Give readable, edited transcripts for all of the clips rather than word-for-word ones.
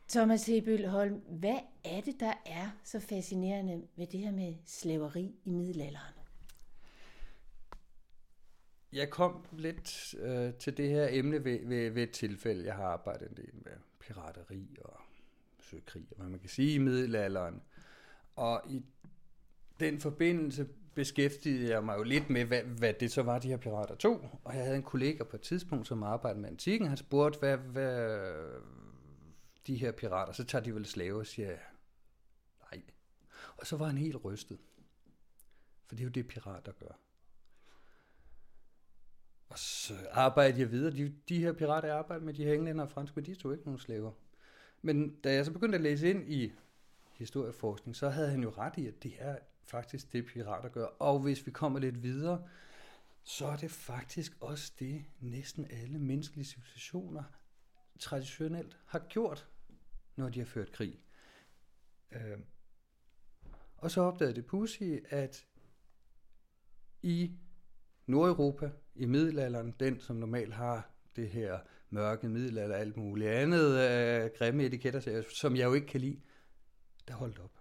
Thomas Hebøl Holm, hvad er det, der er så fascinerende ved det her med slaveri i middelalderen? Jeg kom lidt til det her emne ved et tilfælde. Jeg har arbejdet en del med pirateri og søkrig, og hvad man kan sige i middelalderen. Og i den forbindelse beskæftigede jeg mig jo lidt med, hvad det så var, de her pirater tog. Og jeg havde en kollega på et tidspunkt, som arbejdede med antikken. Han spurgte, hvad de her pirater, så tager de vel slaver, og siger nej. Og så var han helt rystet. For det er jo det, pirater gør. Og så arbejdede jeg videre. De her pirater, jeg arbejdede med, de her englænder og franskmænd, de tog ikke nogen slaver. Men da jeg så begyndte at læse ind i historieforskning, så havde han jo ret i, at det er faktisk det, pirater gør. Og hvis vi kommer lidt videre, så er det faktisk også det, næsten alle menneskelige civilisationer traditionelt har gjort, når de har ført krig. Og så opdagede det pudsige, at i Nordeuropa, i middelalderen, den som normalt har det her mørke middelalder og alt muligt andet, grimme etiketter, som jeg jo ikke kan lide, der holdt op.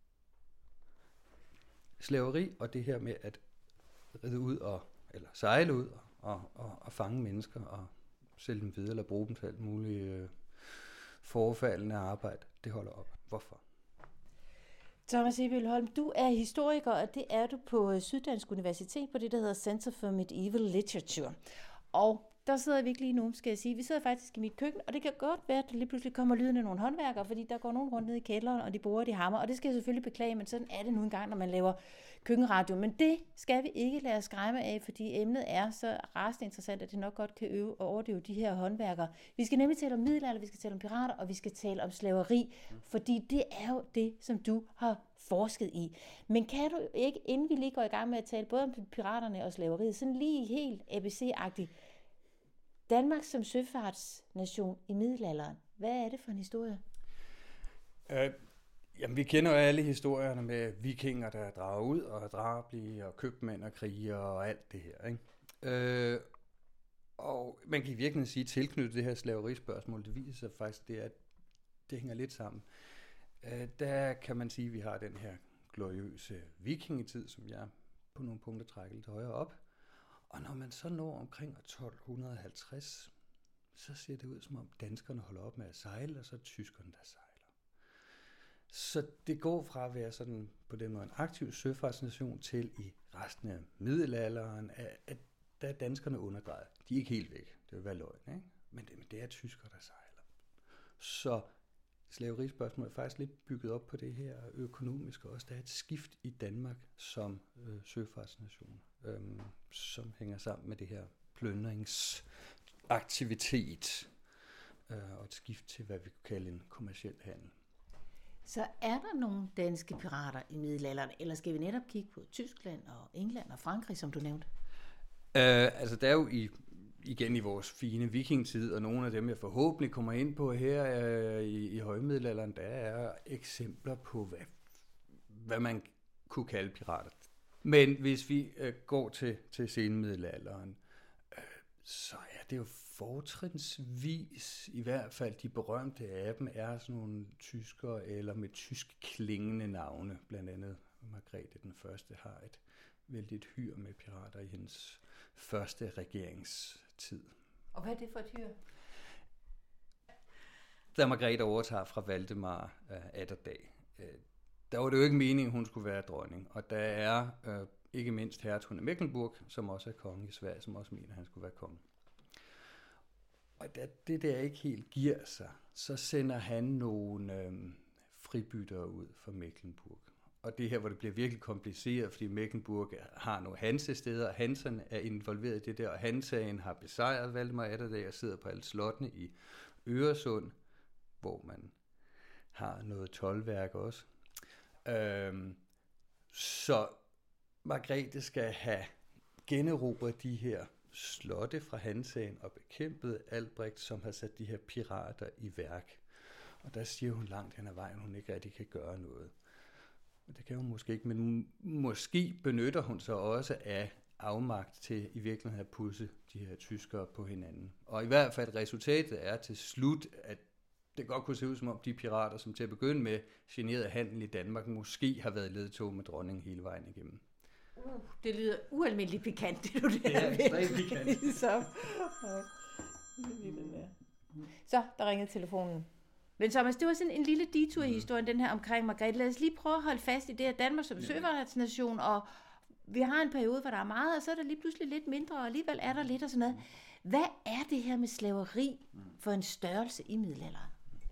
Slaveri og det her med at ride ud eller sejle ud og fange mennesker og sælge dem videre eller bruge dem til alt muligt forfaldende arbejde, det holder op. Hvorfor? Thomas Hebøl Holm, du er historiker, og det er du på Syddansk Universitet på det, der hedder Center for Medieval Literature. Og der sidder vi ikke lige nu, skal jeg sige. Vi sidder faktisk i mit køkken, og det kan godt være, at der lige pludselig kommer lyden af nogle håndværkere, fordi der går nogen rundt ned i kælderen, og de borer, de hammer. Og det skal jeg selvfølgelig beklage, men sådan er det nu engang, når man laver køkkenradio. Men det skal vi ikke lade os skræmme af, fordi emnet er så rasende interessant, at det nok godt kan øve og overdøve de her håndværkere. Vi skal nemlig tale om middelalder, vi skal tale om pirater, og vi skal tale om slaveri, fordi det er jo det, som du har forsket i. Men kan du ikke, inden vi lige går i gang med at tale både om piraterne og slaveriet, sådan lige helt ABC-agtigt, Danmark som søfartsnation i middelalderen, hvad er det for en historie? Jamen, vi kender jo alle historierne med vikinger, der drager ud og er drabelige, og købmænd og kriger og alt det her, ikke? Og man kan i virkeligheden sige, tilknyttet det her slaverispørgsmål, det viser sig faktisk, at det hænger lidt sammen. Der kan man sige, at vi har den her gloriøse vikingetid, som jeg på nogle punkter trækker lidt højere op. Og når man så når omkring 1250, så ser det ud som om danskerne holder op med at sejle, og så er det tyskerne, der sejler. Så det går fra at være sådan på den måde en aktiv søfartsnation til i resten af middelalderen, at der er danskerne underdrejet. De er ikke helt væk, det vil være løgn, ikke? Men det er tyskere, der sejler. Så slaverispørgsmålet er faktisk lidt bygget op på det her økonomiske også. Der er et skift i Danmark som søfartsnation, som hænger sammen med det her plyndringsaktivitet og et skift til, hvad vi kunne kalde en kommerciel handel. Så er der nogle danske pirater i middelalderen, eller skal vi netop kigge på Tyskland og England og Frankrig, som du nævnte? Altså der er jo igen i vores fine vikingetid, og nogle af dem, jeg forhåbentlig kommer ind på her i højmiddelalderen, der er eksempler på, hvad man kunne kalde pirater. Men hvis vi går til senmiddelalderen, så er det jo fortrinsvis, i hvert fald de berømte af dem, er sådan nogle tyskere eller med tysk klingende navne. Blandt andet Margrethe den Første har et vældigt hyr med pirater i hendes første regeringstid. Og hvad er det for et hyr? Da Margrethe overtager fra Valdemar Atterdag, der var det jo ikke meningen, hun skulle være dronning. Og der er ikke mindst hertugen af Mecklenburg, som også er konge i Sverige, som også mener, at han skulle være konge. Og da det der ikke helt giver sig, så sender han nogle fribyttere ud fra Mecklenburg. Og det her, hvor det bliver virkelig kompliceret, fordi Mecklenburg har nogle hansesteder, og hanserne er involveret i det der, og hansagen har besejret Valdemar Atterdag og sidder på alle slottene i Øresund, hvor man har noget toldværk også. Så Margrethe skal have generobret de her slotte fra hansagen og bekæmpet Albrecht, som har sat de her pirater i værk. Og der siger hun langt hen ad vejen, hun ikke rigtig kan gøre noget. Og det kan hun måske ikke, men måske benytter hun sig også af afmagt til i virkeligheden at pusse de her tyskere på hinanden. Og i hvert fald resultatet er til slut, at det godt kunne se ud som om de pirater, som til at begynde med generede handel i Danmark, måske har været ledtog med dronningen hele vejen igennem. Det lyder ualmindeligt pikant, det du der. Det er ekstremt pikant. Så, der ringede telefonen. Men Thomas, det var sådan en lille detur i historien, den her omkring Margrethe. Lad os lige prøve at holde fast i det, at Danmark som søfartsnation, og vi har en periode, hvor der er meget, og så er der lige pludselig lidt mindre, og alligevel er der lidt og sådan noget. Hvad er det her med slaveri for en størrelse i middelalderen?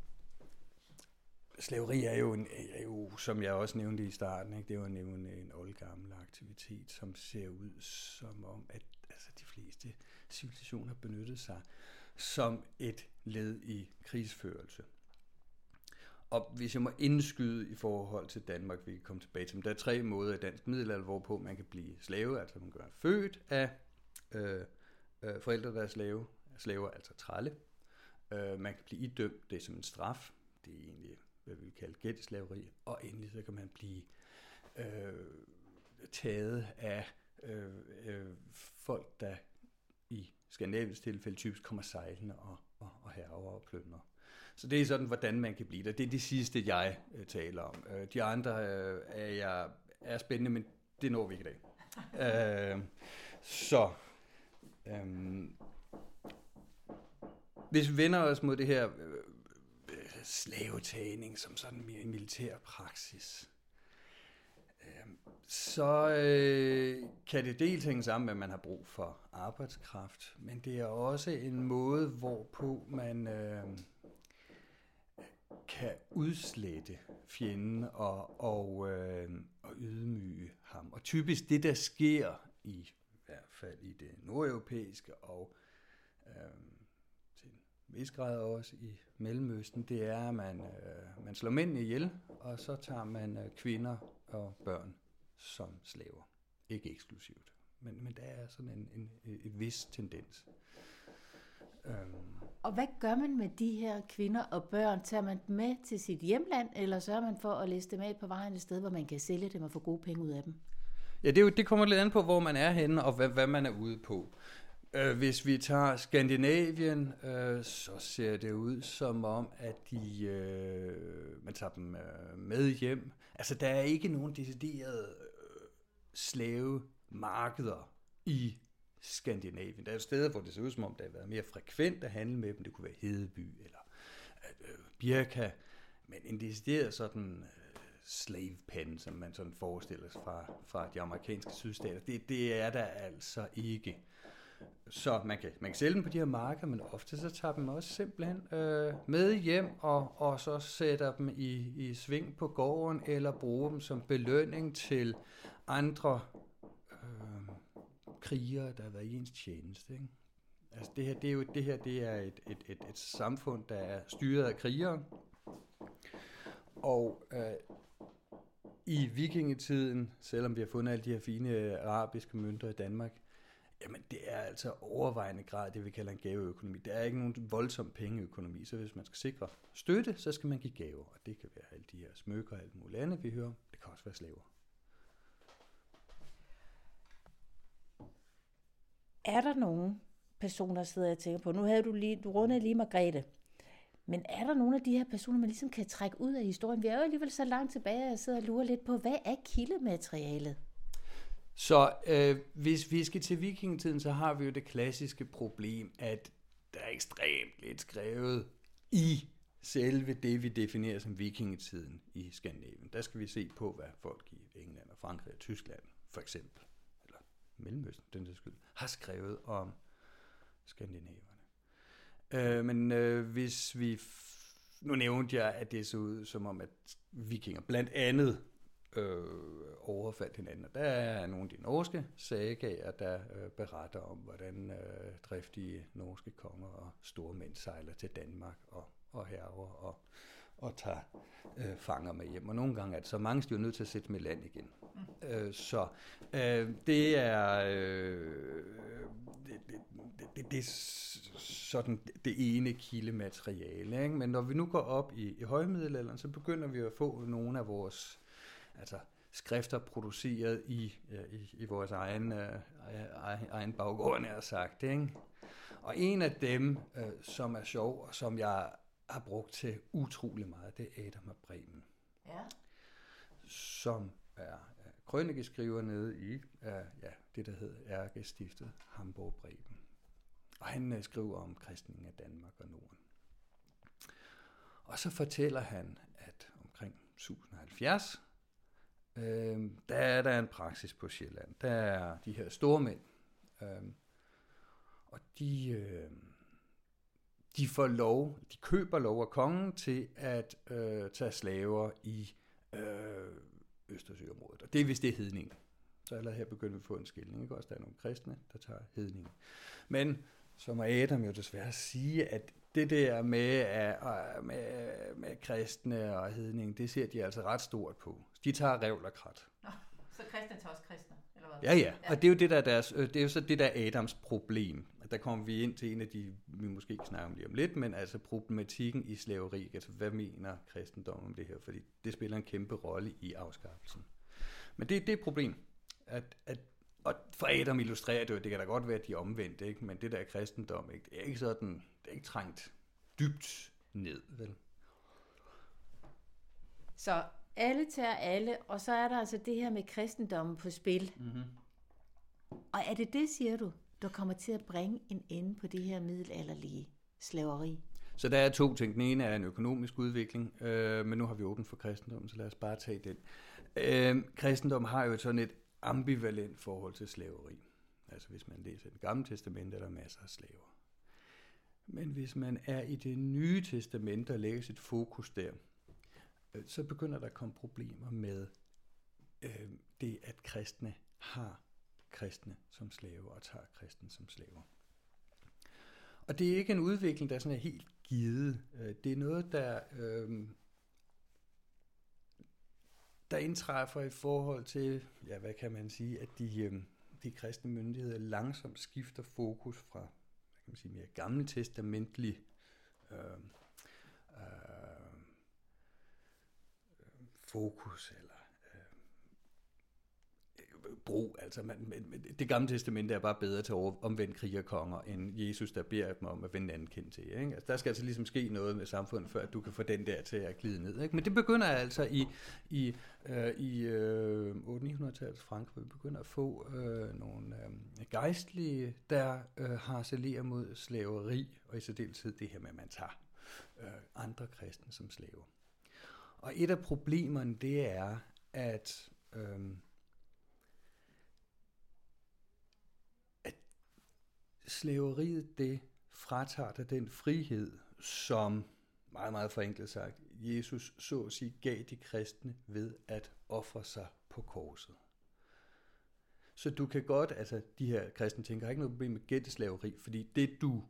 Slaveri er jo, som jeg også nævnte i starten, ikke? Det er jo en oldgammel aktivitet, som ser ud som om, at altså, de fleste civilisationer benyttede sig som et led i krigsførelse. Og hvis jeg må indskyde i forhold til Danmark, vi kan komme tilbage til, men der er 3 måder i dansk middelalder, hvorpå man kan blive slave, altså man kan være født af forældre, der er slaver, altså trælle. Man kan blive idømt det som en straf, det er egentlig, hvad vi vil kalde gældsslaveri, og endelig så kan man blive taget af folk, der i skandinavisk tilfælde typisk kommer sejlende og hærger og plønder. Så det er sådan, hvordan man kan blive der. Det er det sidste, jeg taler om. De andre er spændende, men det når vi ikke i dag. Hvis vi vender os mod det her slavetagning som sådan en militær praksis, så kan det dels hænge sammen med, at man har brug for arbejdskraft, men det er også en måde, hvorpå man kan udslette fjenden og ydmyge ham. Og typisk det, der sker i hvert fald i det nordeuropæiske og til en vis grad også i Mellemøsten, det er, at man slår mænd ihjel, og så tager man kvinder og børn som slaver. Ikke eksklusivt, men der er sådan en vis tendens. Og hvad gør man med de her kvinder og børn? Tager man dem med til sit hjemland, eller sørger man for at læse dem af på vejen et sted, hvor man kan sælge dem og få gode penge ud af dem? Ja, det kommer lidt an på, hvor man er henne, og hvad man er ude på. Hvis vi tager Skandinavien, så ser det ud som om, at man tager dem med hjem. Altså, der er ikke nogen deciderede slavemarkeder i Skandinavien. Der er jo steder, hvor det ser ud som om, der har været mere frekvent at handle med dem. Det kunne være Hedeby eller Birka, men en decideret sådan slave pen, som man sådan forestiller sig fra de amerikanske sydstater, det er der altså ikke. Så man kan sælge dem på de her marker, men ofte så tager dem også simpelthen med hjem og så sætter dem i sving på gården, eller bruger dem som belønning til andre krigere, der har været i ens tjeneste. Ikke? Altså det er et samfund, der er styret af krigere, og i vikingetiden, selvom vi har fundet alle de her fine arabiske mønter i Danmark, jamen det er altså overvejende grad det, vi kalder en gaveøkonomi. Der er ikke nogen voldsom pengeøkonomi, så hvis man skal sikre støtte, så skal man give gaver. Og det kan være alle de her smykker og alt muligt andet, vi hører. Det kan også være slaver. Er der nogen personer, sidder jeg og tænker på? Nu havde du rundede lige Margrethe. Men er der nogle af de her personer, man ligesom kan trække ud af historien? Vi er jo alligevel så langt tilbage, at jeg sidder og lurer lidt på, hvad er kildematerialet? Så hvis vi skal til vikingetiden, så har vi jo det klassiske problem, at der er ekstremt lidt skrevet i selve det, vi definerer som vikingetiden i Skandinavien. Der skal vi se på, hvad folk i England og Frankrig og Tyskland, for eksempel, eller Mellemøsten, den der skyld, har skrevet om skandinaverne. Men hvis vi... Nu nævnte jeg, at det så ud som om, at vikinger blandt andet overfaldt hinanden. Og der er nogle af de norske sagaer, der beretter om, hvordan driftige norske konger og stormænd sejler til Danmark og hærger og tager fanger med hjem. Og nogle gange er det så mange, de er nødt til at sætte med land igen. Så det er det er sådan det ene kildemateriale. Ikke? Men når vi nu går op i højmiddelalderen, så begynder vi at få nogle af vores skrifter produceret i vores egen baggård, nær sagt. Ikke? Og en af dem, som er sjov, og som jeg har brugt til utrolig meget, det er Adam af Bremen. Ja. Som er krønikeskriver nede i det, der hedder ærkestiftet Hamburg-Bremen. Og han skriver om kristningen af Danmark og Norden. Og så fortæller han, at omkring 1070, der er der en praksis på Sjælland. Der er de her store mænd, og de får lov, de køber lov af kongen til at tage slaver i Østersøområdet. Og det er hvis det er hedningen. Så allerede her begynder vi at få en skilning. Ikke? Også der er nogle kristne, der tager hedningen. Men så må Adam jo desværre sige, at det der med kristne og hedning, det ser de altså ret stort på. De tager revl og krat. Så kristne tager også kristne, eller hvad? Ja. Og det er jo det der det er jo så det der Adams problem. Der kommer vi ind til en af de, vi måske ikke snakker om lige om lidt, men altså problematikken i slaveri. Altså hvad mener kristendom om det her? Fordi det spiller en kæmpe rolle i afskaffelsen. Men det er et problem, og for Adam illustrerer det kan da godt være, at de er omvendt, ikke? Men det der kristendom, ikke? Det er ikke sådan, det er ikke trængt dybt ned, vel? Så alle tager alle, og så er der altså det her med kristendommen på spil. Mm-hmm. Og er det, siger du, der kommer til at bringe en ende på det her middelalderlige slaveri? Så der er to ting. Den ene er en økonomisk udvikling, men nu har vi åbent for kristendommen, så lad os bare tage den. Kristendom har jo sådan et ambivalent forhold til slaveri. Altså hvis man læser Det Gamle Testamente, er der masser af slaver. Men hvis man er i Det Nye Testamente og lægger sit fokus der, så begynder der at komme problemer med det, at kristne har kristne som slaver og tager kristne som slaver. Og det er ikke en udvikling, der sådan er helt givet. Det er noget, der indtræffer i forhold til, ja, hvad kan man sige, at de kristne myndigheder langsomt skifter fokus fra, hvad kan man sige, mere gammeltestamentlig fokus eller brug. Altså det Gamle Testamente er bare bedre til at omvende krigerkonger end Jesus, der beder dem om at vende anden kendt til. Ikke? Altså, der skal altså ligesom ske noget med samfundet, før at du kan få den der til at glide ned. Ikke? Men det begynder altså i 800-900-tallets Frankrig. Vi begynder at få nogle gejstlige, der harcelerer mod slaveri, og i særdeleshed det her med, at man tager andre kristne som slaver. Og et af problemerne, det er, at slaveriet, det fratager dig den frihed, som, meget, meget forenklet sagt, Jesus så at sige gav de kristne ved at ofre sig på korset. Så du kan godt, altså de her kristne tænker, har ikke noget problem med gældeslaveri, fordi det du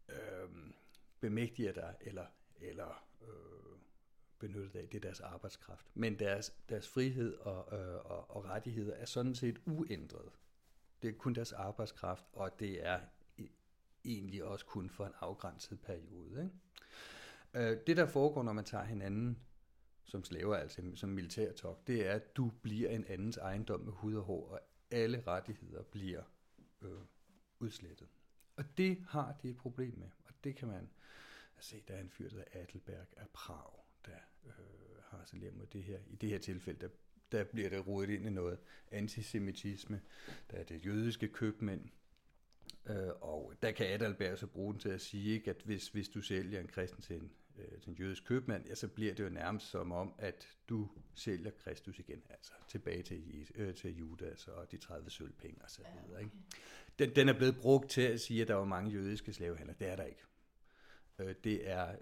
bemægtiger dig, eller benytter dig af, det er deres arbejdskraft. Men deres frihed og rettigheder er sådan set uændret. Det er kun deres arbejdskraft, og det er egentlig også kun for en afgrænset periode. Ikke? Det, der foregår, når man tager hinanden som slaver, altså som militærtog, det er, at du bliver en andens ejendom med hud og hår, og alle rettigheder bliver udslettet. Og det har de et problem med, og det kan man se, der er en fyr, der hedder Adelberg af Prag, der har så lært mod det her. I det her tilfælde, der bliver det rodet ind i noget antisemitisme, der er det jødiske købmænd, og der kan Adalberg så bruge den til at sige, ikke, at hvis du sælger en kristen til en jødisk købmand, ja, så bliver det jo nærmest som om, at du sælger Kristus igen, altså tilbage til Judas og de 30 sølvpenge og så videre. Ikke? Den er blevet brugt til at sige, at der var mange jødiske slavehandlere. Det er der ikke. Det er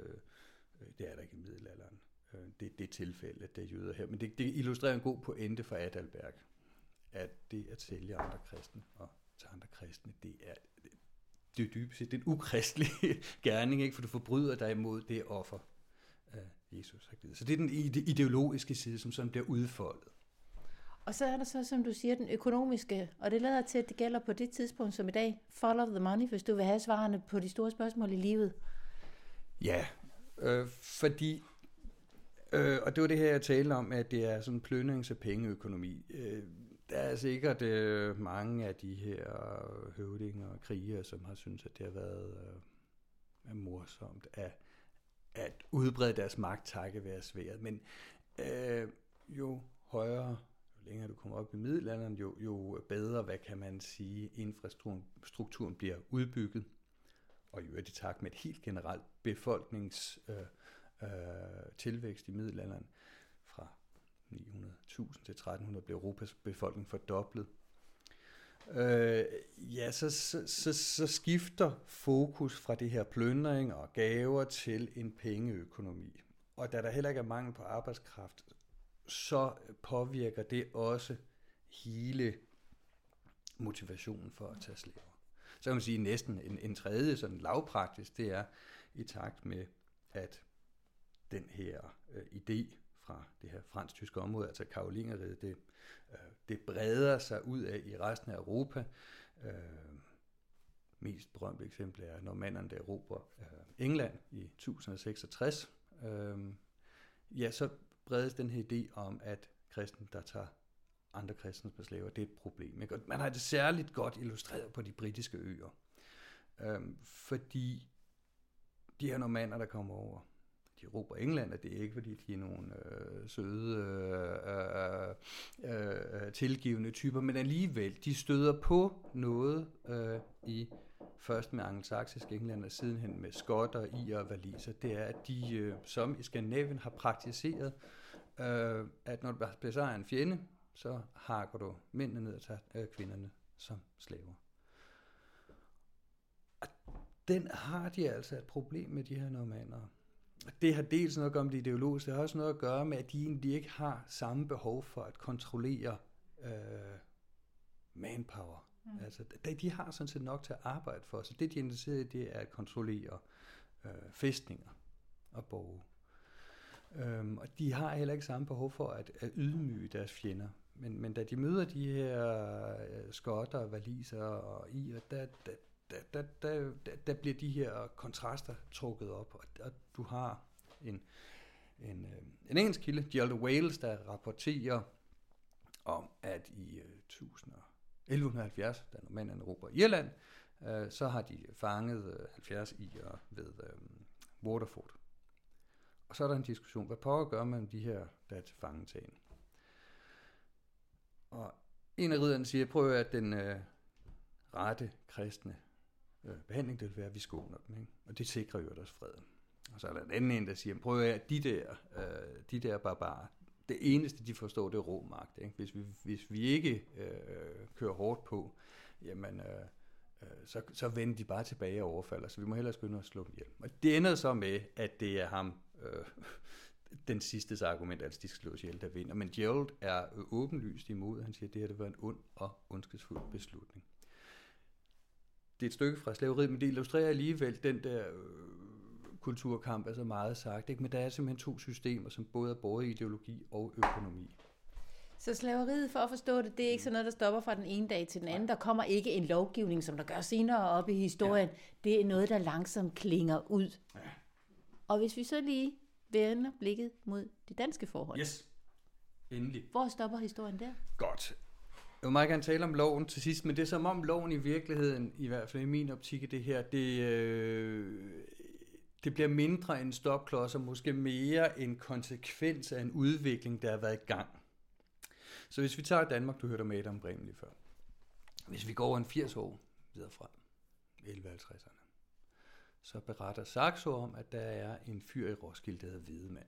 der ikke i middelalderen. Det er tilfælde, at det er jøder her. Men det illustrerer en god pointe for Adalberg, at det at sælge andre kristne og tage andre kristne, det er dybest set en ukristelig gerning, ikke? For du forbryder dig imod det offer, Jesus har givet. Så det er den ideologiske side, som sådan bliver udfoldet. Og så er der så, som du siger, den økonomiske, og det lader til, at det gælder på det tidspunkt som i dag. Follow the money, hvis du vil have svarene på de store spørgsmål i livet. Ja, fordi, og det var det her, jeg talte om, at det er sådan en plønings- og pengeøkonomi. Der er sikkert mange af de her høvdinger og krigere, som har syntes, at det har været morsomt at udbrede deres magt takket være svært. Men jo højere, jo længere du kommer op i middelalderen, jo bedre, hvad kan man sige, infrastrukturen bliver udbygget. Og jo i takt med et helt generelt befolkningstilvækst i middelalderen. Fra 900.000 til 1300 blev Europas befolkning fordoblet. Så skifter fokus fra det her plyndring og gaver til en pengeøkonomi. Og da der heller ikke er mangel på arbejdskraft, så påvirker det også hele motivationen for at tage slaver. Så kan man sige næsten en tredje sådan lavpraktisk, det er i takt med, at den her idé fra det her fransk-tyske område, altså Karolingeriget, det breder sig ud af i resten af Europa. Mest berømte eksempel er normannerne, der erobrer England i 1066. Så bredes den her idé om, at kristne, der tager andre kristne på slaver, det er et problem. Ikke? Og man har det særligt godt illustreret på de britiske øer. Fordi de her normanner, der kommer over, de erobrer England, og det er ikke fordi, de er nogle søde, tilgivende typer, men alligevel, de støder på noget først med angelsaksisk England og sidenhen med skotter, irer og waliser. Det er, at de, som i Skandinavien, har praktiseret, at når du besejrer en fjende, så hakker du mændene ned og tager kvinderne som slaver. Og den har de altså et problem med, de her normannere. Det har dels noget at gøre med det ideologiske, det har også noget at gøre med, at de egentlig ikke har samme behov for at kontrollere manpower. Altså, de har sådan set nok til at arbejde for, så det de er interesseret i, det er at kontrollere fæstninger og borge. Og de har heller ikke samme behov for at ydmyge deres fjender. Men da de møder de her skotter, waliser og irer, der bliver de her kontraster trukket op, og du har en engelsk kilde, Gerald of Wales, der rapporterer om, at i 1170, da normanderne erobrer Irland, så har de fanget 70 irer ved Waterford. Og så er der en diskussion, hvad pokker gør man de her, der er til fangetagen? Og en af ridderne siger, prøv at den rette kristne behandling, det vil være, at vi skåner dem, ikke? Og det sikrer jo deres fred. Og så er der en anden, der siger, prøv at de der barbarer, det eneste, de forstår, det er rå magt, ikke? Hvis vi ikke kører hårdt på, jamen, så vender de bare tilbage og overfalder, så vi må hellere skynde os at slå dem ihjel. Og det ender så med, at det er ham, den sidste argument, altså de skal slås ihjel, der vinder. Men Gerald er åbenlyst imod, han siger, at det her det var en ond og ondskabsfuld beslutning. Det er et stykke fra slaveriet, men det illustrerer alligevel den der kulturkamp, altså meget sagt, ikke? Men der er simpelthen to systemer, som både er båret i ideologi og økonomi. Så slaveriet, for at forstå det, det er ikke sådan noget, der stopper fra den ene dag til den anden. Der kommer ikke en lovgivning, som der gør senere op i historien. Ja. Det er noget, der langsomt klinger ud. Ja. Og hvis vi så lige vender blikket mod de danske forhold. Yes, endelig. Hvor stopper historien der? Godt. Jeg vil meget gerne tale om loven til sidst, men det er som om loven i virkeligheden, i hvert fald i min optik i det her, det bliver mindre en stopklods, og måske mere en konsekvens af en udvikling, der har været i gang. Så hvis vi tager Danmark, du hørte om Adam Bremen før. Hvis vi går over en 80 år videre fra 1150'erne, så beretter Saxo om, at der er en fyr i Roskilde, der hedder Hvidemand.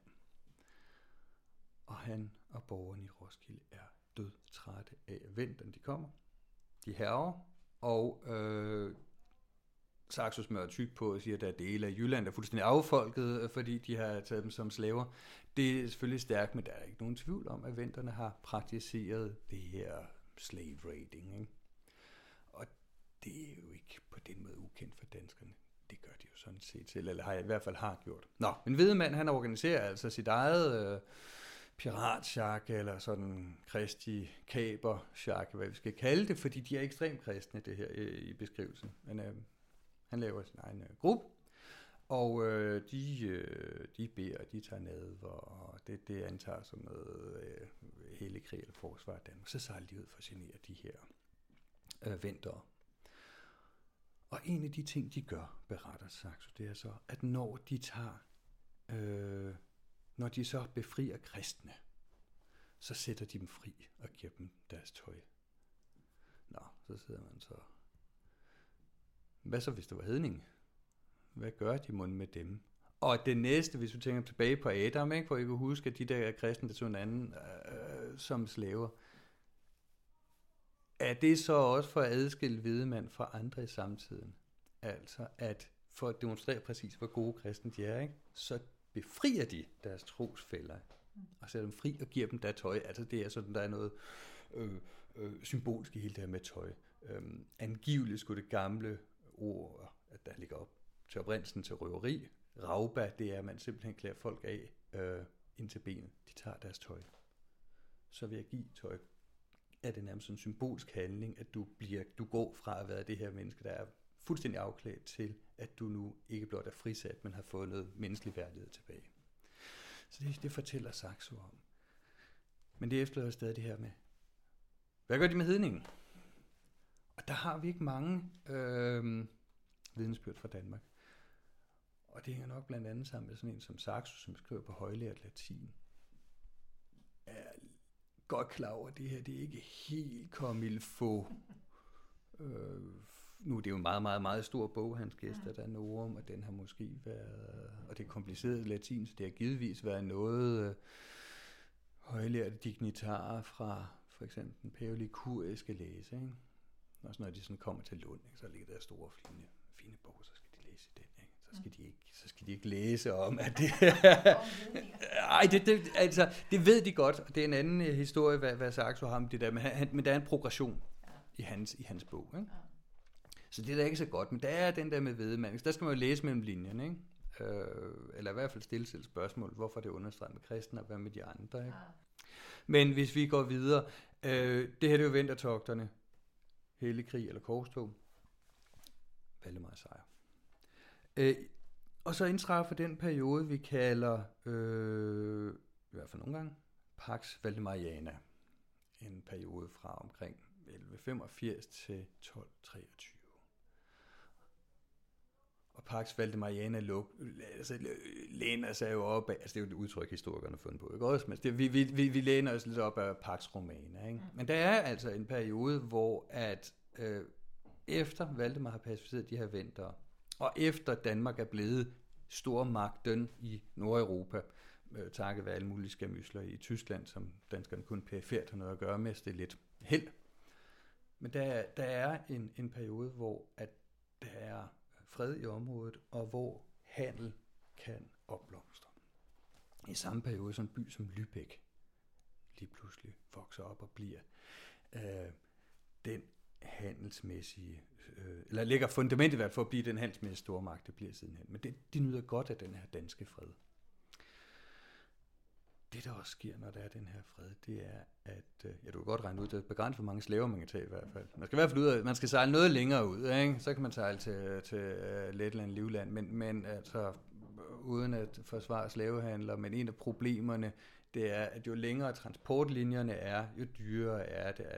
Og han og borgerne i Roskilde er dødtrætte af, at venderne de kommer. De hærger, og Saxo smører tyk på og siger, at der er dele af Jylland, der er fuldstændig affolket, fordi de har taget dem som slaver. Det er selvfølgelig stærkt, men der er ikke nogen tvivl om, at venderne har praktiseret det her slave raiding, ikke? Og det er jo ikke på den måde ukendt for danskerne. Det gør de jo sådan set selv, eller har i hvert fald gjort. Nå, men Hvidemand, han organiserer altså sit eget piratsjakke, eller sådan kristi kabersjakke, hvad vi skal kalde det, fordi de er ekstremt kristne, det her i beskrivelsen. Men han laver sin egen gruppe, og de beder, de tager nadver, og det antager som noget hellig krig eller forsvar af Danmark. Så sejler de ud for at genere de her vendere. Og en af de ting, de gør, beretter Saxo, det er så, at når de tager når de så befrier kristne, så sætter de dem fri og giver dem deres tøj. Nå, så sidder man så. Hvad så, hvis det var hedning? Hvad gør de mon med dem? Og det næste, hvis vi tænker tilbage på Adam, ikke, hvor I kan huske, at de der kristne, der tog en anden som slaver, er det så også for at adskille hvidemand fra andre i samtiden? Altså, at for at demonstrere præcis, hvor gode kristne de er, ikke, så befrier de deres trosfæller, og sætter dem fri og giver dem der tøj. Altså, det er sådan, der er noget symbolsk i hele det her med tøj. Angiveligt skulle det gamle ord, at der ligger op til oprindelsen til røveri. Rauba, det er, at man simpelthen klæder folk af ind til benet. De tager deres tøj. Så ved at give tøj, er det nærmest en symbolsk handling, at du går fra at være det her menneske, der er fuldstændig afklædt, til at du nu ikke blot er frisat, men har fået noget menneskelig værdighed tilbage. Så det fortæller Saxo om. Men det efterlader stadig det her med, hvad gør de med hedningen? Og der har vi ikke mange vidnesbyrd fra Danmark. Og det hænger nok blandt andet sammen med sådan en som Saxo, som skriver på højlært latin. Er godt klar over, at det her det er ikke helt comme il faut. Nu er det jo en meget, meget, meget stor bog, hans gæster, der er Norum, og den har måske været, og det er kompliceret latin, så det har givetvis været noget højlærte dignitarer fra for eksempel den pavlige kurie skal læse, ikke? Også når de sådan kommer til Lund, ikke, så ligger der store, fine bog, så skal de læse den, ikke? Så skal de ikke læse om, at det ej, det ved de godt, og det er en anden historie, hvad Saxo har om det der, men der er en progression i hans bog, ikke? Så det er da ikke så godt, men der er den der med hvedemand. Der skal man jo læse mellem linjerne, ikke? Eller i hvert fald stille sig spørgsmål, hvorfor det understreger med kristne, og hvad med de andre, ikke? Men hvis vi går videre, det her det er jo Vendertogterne, Hellig krig eller korstog, Valdemars sejr. Og så indtræffer den periode, vi kalder, i hvert fald nogle gange, Pax Valdemariana. En periode fra omkring 1185 til 1223. Og Pax Valdemariana læner sig jo op af, altså det er jo et udtryk, historikerne har fundet på, ikke også? Men vi læner os lidt op af Pax Romana, ikke? Men der er altså en periode, hvor at efter Valdemar har pacificeret de her vendere, og efter Danmark er blevet stormagten i Nordeuropa, takket være alle mulige skamysler i Tyskland, som danskerne kun perifert har noget at gøre med, så det er lidt held. Men der er en periode, hvor at der er fred i området, og hvor handel kan opblomstre. I samme periode som en by som Lübeck lige pludselig vokser op og bliver den handelsmæssige, eller lægger fundamentet i hvert fald for at blive den handelsmæssige stormagt, det bliver sidenhen. Men de nyder godt af den her danske fred. Det, der også sker, når der er den her fred, det er, at du kan godt regne ud, det er begrænset, hvor mange slaver man kan tage i hvert fald. Man skal i hvert fald ud af, man skal sejle noget længere ud, ikke? Så kan man sejle til Letland, Livland, men altså uden at forsvare slavehandler, men en af problemerne, det er, at jo længere transportlinjerne er, jo dyrere er det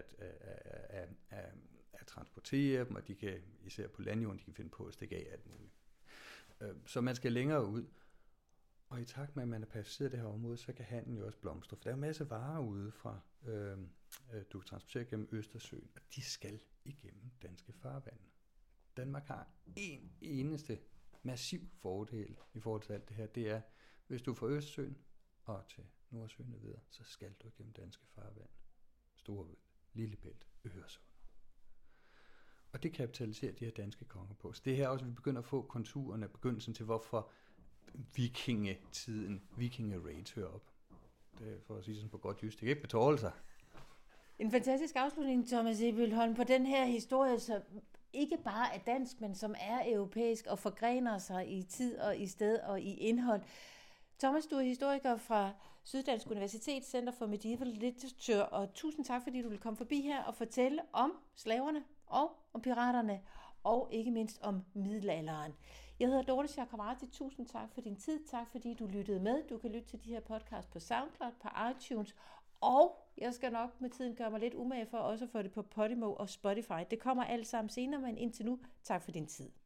at transportere dem, og de kan, især på landjorden, de kan finde på at stikke af alt muligt. Så man skal længere ud. Og i takt med, at man har pacificeret det her område, så kan handlen jo også blomstre. For der er en masse varer ude fra, du kan transportere gennem Østersøen, og de skal igennem danske farvande. Danmark har en eneste massiv fordel i forhold til alt det her. Det er, hvis du er fra Østersøen og til Nordsøen og videre, så skal du igennem danske farvand. Storebælt, Lillebælt, Øresund. Og det kapitaliserer de her danske konger på. Så det er her også, vi begynder at få konturerne, begyndelsen til, hvorfor vikingetiden, vikingeraids hører op. Det er for at sige sådan på godt jysk. Det kan ikke betale sig. En fantastisk afslutning, Thomas Ebelholm, på den her historie, som ikke bare er dansk, men som er europæisk og forgrener sig i tid og i sted og i indhold. Thomas, du er historiker fra Syddansk Universitet, Center for Medieval Literature, og tusind tak, fordi du vil komme forbi her og fortælle om slaverne og om piraterne, og ikke mindst om middelalderen. Jeg hedder Dorte Chakravarty. Tusind tak for din tid. Tak fordi du lyttede med. Du kan lytte til de her podcast på SoundCloud, på iTunes, og jeg skal nok med tiden gøre mig lidt umage for også at få det på Podimo og Spotify. Det kommer alt sammen senere, men indtil nu, tak for din tid.